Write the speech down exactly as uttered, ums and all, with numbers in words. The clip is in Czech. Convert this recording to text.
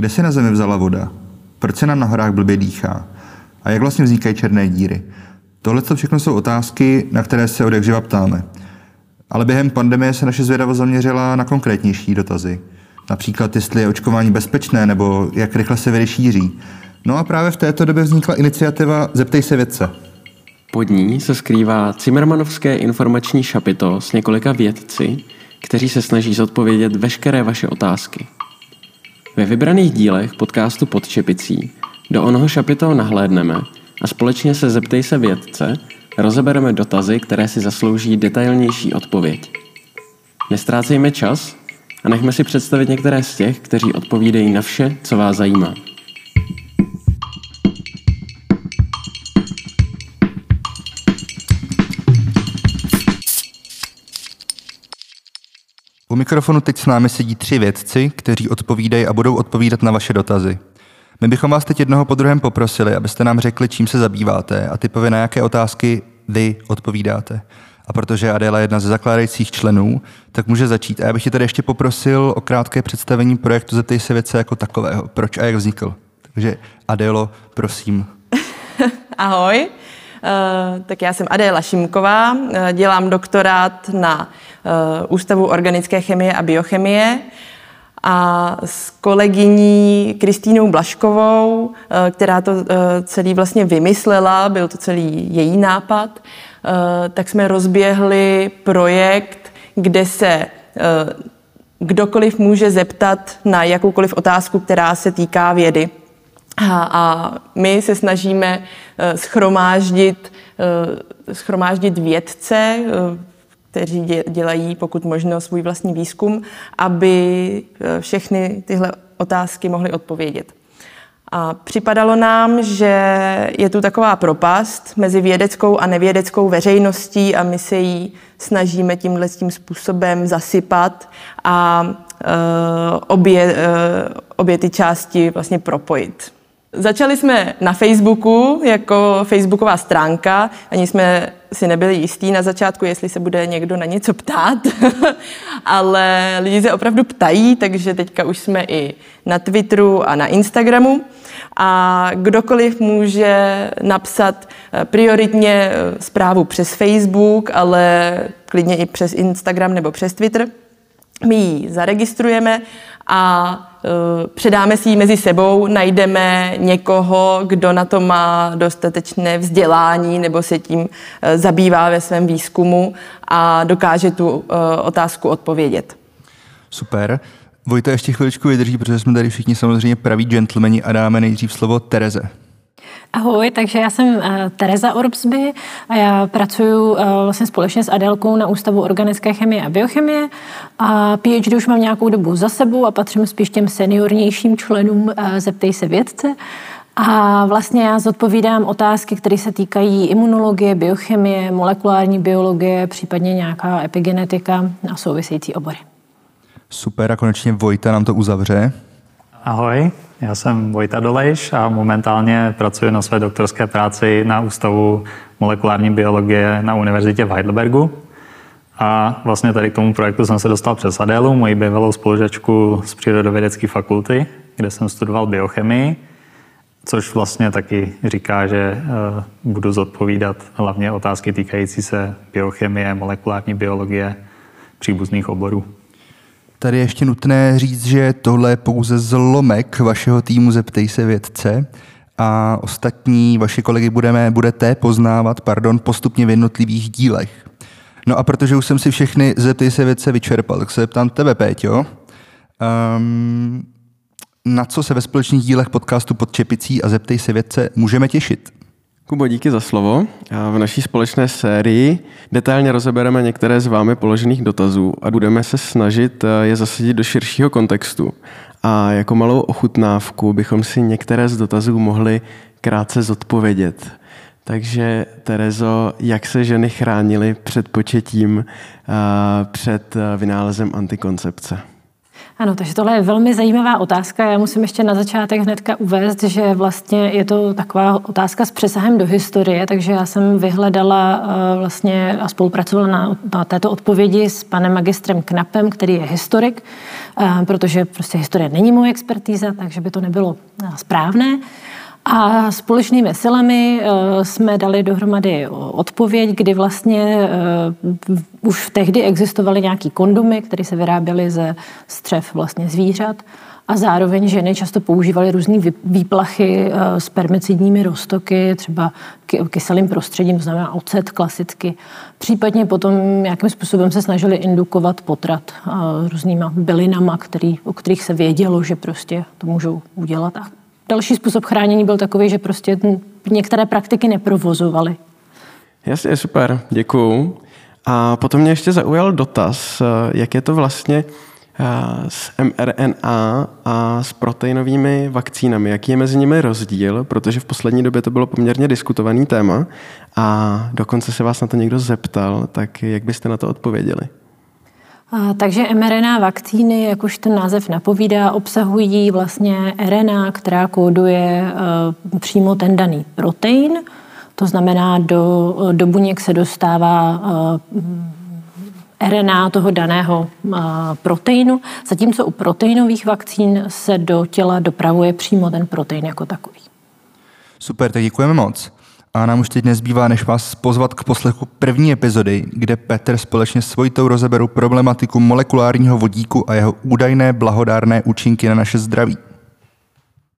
Kde se na Zemi vzala voda? Proč se nám na horách blbě dýchá? A jak vlastně vznikají černé díry? Tohle všechno jsou otázky, na které se od jakživa ptáme. Ale během pandemie se naše zvědavost zaměřila na konkrétnější dotazy. Například, jestli je očkování bezpečné, nebo jak rychle se viry šíří. No a právě v této době vznikla iniciativa Zeptej se vědce. Pod ní se skrývá cimrmanovské informační šapito s několika vědci, kteří se snaží zodpovědět veškeré vaše otázky. Ve vybraných dílech podcastu Pod čepicí do onoho šapito nahlédneme a společně se Zeptej se vědce rozebereme dotazy, které si zaslouží detailnější odpověď. Nestrácejme čas a nechme si představit některé z těch, kteří odpovídají na vše, co vás zajímá. U mikrofonu teď s námi sedí tři vědci, kteří odpovídají a budou odpovídat na vaše dotazy. My bychom vás teď jednoho po druhém poprosili, abyste nám řekli, čím se zabýváte a typově na jaké otázky vy odpovídáte. A protože Adéla je jedna ze zakládajících členů, tak může začít. A já bych tě tady ještě poprosil o krátké představení projektu Zeptej se vědce jako takového. Proč a jak vznikl? Takže Adélo, prosím. Ahoj. Uh, tak já jsem Adéla Šimková, uh, dělám doktorát na uh, Ústavu organické chemie a biochemie a s kolegyní Kristýnou Blažkovou, uh, která to uh, celý vlastně vymyslela, byl to celý její nápad, uh, tak jsme rozběhli projekt, kde se uh, kdokoliv může zeptat na jakoukoliv otázku, která se týká vědy. A, a my se snažíme uh, schromáždit, uh, schromáždit vědce, uh, kteří dě, dělají pokud možno svůj vlastní výzkum, aby uh, všechny tyhle otázky mohly odpovědět. A připadalo nám, že je tu taková propast mezi vědeckou a nevědeckou veřejností a my se ji snažíme tímhle tím způsobem zasypat a uh, obě, uh, obě ty části vlastně propojit. Začali jsme na Facebooku jako facebooková stránka, ani jsme si nebyli jistí na začátku, jestli se bude někdo na něco ptát, ale lidi se opravdu ptají, takže teďka už jsme i na Twitteru a na Instagramu a kdokoliv může napsat prioritně zprávu přes Facebook, ale klidně i přes Instagram nebo přes Twitter. My ji zaregistrujeme a uh, předáme si ji mezi sebou, najdeme někoho, kdo na to má dostatečné vzdělání nebo se tím uh, zabývá ve svém výzkumu a dokáže tu uh, otázku odpovědět. Super. Vojta ještě chviličku vydrží, protože jsme tady všichni samozřejmě praví gentlemani a dáme nejdřív slovo Tereze. Ahoj, takže já jsem uh, Tereza Orbsby a já pracuji uh, vlastně společně s Adélkou na Ústavu organické chemie a biochemie a PhD už mám nějakou dobu za sebou a patřím spíš těm seniornějším členům uh, Zeptej se vědce. A vlastně já zodpovídám otázky, které se týkají imunologie, biochemie, molekulární biologie, případně nějaká epigenetika a související obory. Super, a konečně Vojta nám to uzavře. Ahoj, já jsem Vojta Dolejš a momentálně pracuji na své doktorské práci na Ústavu molekulární biologie na univerzitě v Heidelbergu. A vlastně tady k tomu projektu jsem se dostal přes Adélu, moji bývalou spolužačku z Přírodovědecké fakulty, kde jsem studoval biochemii, což vlastně taky říká, že uh, budu zodpovídat hlavně otázky týkající se biochemie, molekulární biologie, příbuzných oborů. Tady je ještě nutné říct, že tohle je pouze zlomek vašeho týmu Zeptej se vědce a ostatní vaši kolegy budeme, budete poznávat pardon, postupně v jednotlivých dílech. No a protože už jsem si všechny Zeptej se vědce vyčerpal, tak se ptám tebe, Péťo. Um, na co se ve společných dílech podcastu Pod čepicí a Zeptej se vědce můžeme těšit? Kubo, díky za slovo. V naší společné sérii detailně rozebereme některé z vámi položených dotazů a budeme se snažit je zasadit do širšího kontextu. A jako malou ochutnávku bychom si některé z dotazů mohli krátce zodpovědět. Takže, Terezo, jak se ženy chránily před početím, před vynálezem antikoncepce? Ano, takže tohle je velmi zajímavá otázka. Já musím ještě na začátek hnedka uvést, že vlastně je to taková otázka s přesahem do historie, takže já jsem vyhledala vlastně a spolupracovala na, na této odpovědi s panem magistrem Knapem, který je historik, protože prostě historie není moje expertíza, takže by to nebylo správné. A společnými silami jsme dali dohromady odpověď, kdy vlastně už tehdy existovaly nějaký kondomy, které se vyráběly ze střev vlastně zvířat a zároveň ženy často používaly různé výplachy spermicidními roztoky, třeba kyselým prostředím, to znamená ocet klasicky. Případně potom nějakým způsobem se snažili indukovat potrat různýma bylinama, který, o kterých se vědělo, že prostě to můžou udělat. A další způsob chránění byl takový, že prostě některé praktiky neprovozovaly. Jasně, super, děkuju. A potom mě ještě zaujal dotaz, jak je to vlastně s em er en á a s proteinovými vakcínami. Jaký je mezi nimi rozdíl? Protože v poslední době to bylo poměrně diskutovaný téma a dokonce se vás na to někdo zeptal, tak jak byste na to odpověděli? A, takže em er en á vakcíny, jak už ten název napovídá, obsahují vlastně er en á, která kóduje uh, přímo ten daný protein. To znamená, do, do buněk se dostává uh, er en á toho daného uh, proteinu, zatímco u proteinových vakcín se do těla dopravuje přímo ten protein jako takový. Super, tak děkujeme moc. A nám už teď nezbývá, než vás pozvat k poslechu první epizody, kde Petr společně s Vojtou rozeberou problematiku molekulárního vodíku a jeho údajné blahodárné účinky na naše zdraví.